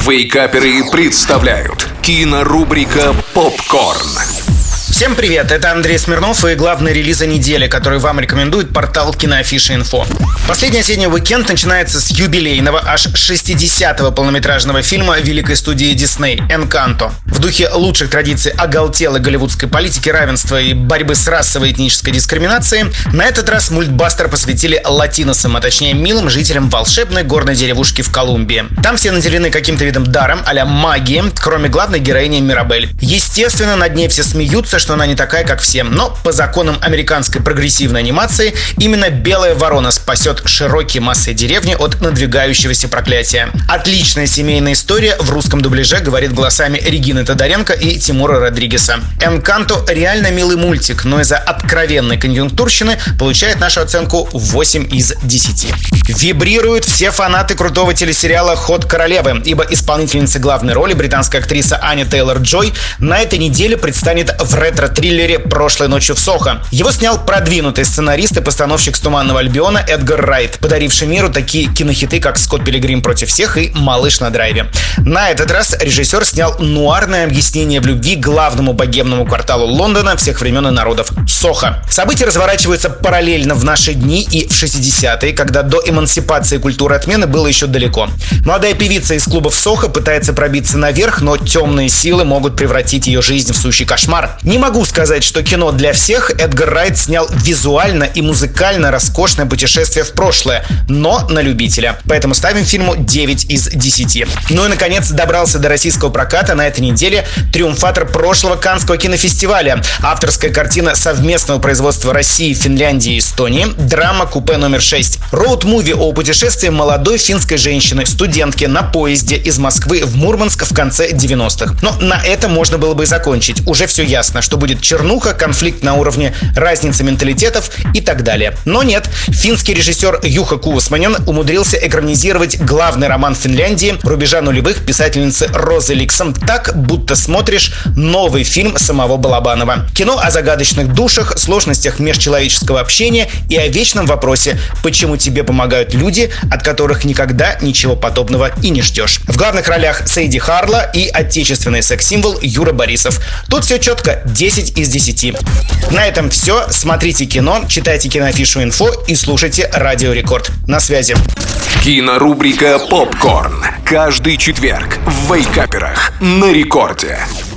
Вейкаперы представляют кинорубрика «Попкорн». Всем привет, это Андрей Смирнов и главный релиз недели, который вам рекомендует портал Киноафиша.инфо. Последний осенний уикенд начинается с юбилейного, аж 60-го полнометражного фильма великой студии Disney «Энканто». В духе лучших традиций оголтелой голливудской политики, равенства и борьбы с расовой и этнической дискриминацией, на этот раз мультбастер посвятили латиносам, а точнее милым жителям волшебной горной деревушки в Колумбии. Там все наделены каким-то видом даром а-ля магии, кроме главной героини Мирабель. Естественно, над ней все смеются, что она не такая, как все. Но по законам американской прогрессивной анимации именно белая ворона спасет широкие массы деревни от надвигающегося проклятия. Отличная семейная история в русском дубляже говорит голосами Регины Тодоренко и Тимура Родригеса. «Энканто» реально милый мультик, но из-за откровенной конъюнктурщины получает нашу оценку 8 из 10. Вибрируют все фанаты крутого телесериала «Ход королевы», ибо исполнительница главной роли, британская актриса Аня Тейлор-Джой, на этой неделе предстанет в ретро-триллере «Прошлой ночью в Сохо». Его снял продвинутый сценарист и постановщик с «Туманного Альбиона» Эдгар Райт, подаривший миру такие кинохиты, как «Скотт Пилигрим против всех» и «Малыш на драйве». На этот раз режиссер снял нуарное объяснение в любви к главному богемному кварталу Лондона всех времен и народов – Сохо. События разворачиваются параллельно в наши дни и в 60-е, когда до эмансипации культуры отмены было еще далеко. Молодая певица из клубов Сохо пытается пробиться наверх, но темные силы могут превратить ее жизнь в сущий кошмар. Не могу сказать, что кино для всех. Эдгар Райт снял визуально и музыкально роскошное путешествие в прошлое, но на любителя. Поэтому ставим фильму 9 из 10. Ну и, наконец, добрался до российского проката на этой неделе триумфатор прошлого Каннского кинофестиваля. Авторская картина совместного производства России, Финляндии и Эстонии. Драма «Купе номер 6». Роуд-муви о путешествии молодой финской женщины, студентки, на поезде из Москвы в Мурманск в конце 90-х. Но на этом можно было бы и закончить. Уже все ясно, что будет чернуха, конфликт на уровне разницы менталитетов и так далее. Но нет, финский режиссер Юха Куосманен умудрился экранизировать главный роман Финляндии рубежа нулевых писательницы Розы Ликсон так, будто смотришь новый фильм самого Балабанова. Кино о загадочных душах, сложностях межчеловеческого общения и о вечном вопросе, почему тебе помогают люди, от которых никогда ничего подобного и не ждешь. В главных ролях Сейди Харла и отечественный секс-символ Юра Борисов. Тут все четко, 10 из 10. На этом все. Смотрите кино, читайте Киноафишу.инфо и слушайте Радио Рекорд. На связи. Кинорубрика «Попкорн». Каждый четверг в Вейкаперах на Рекорде.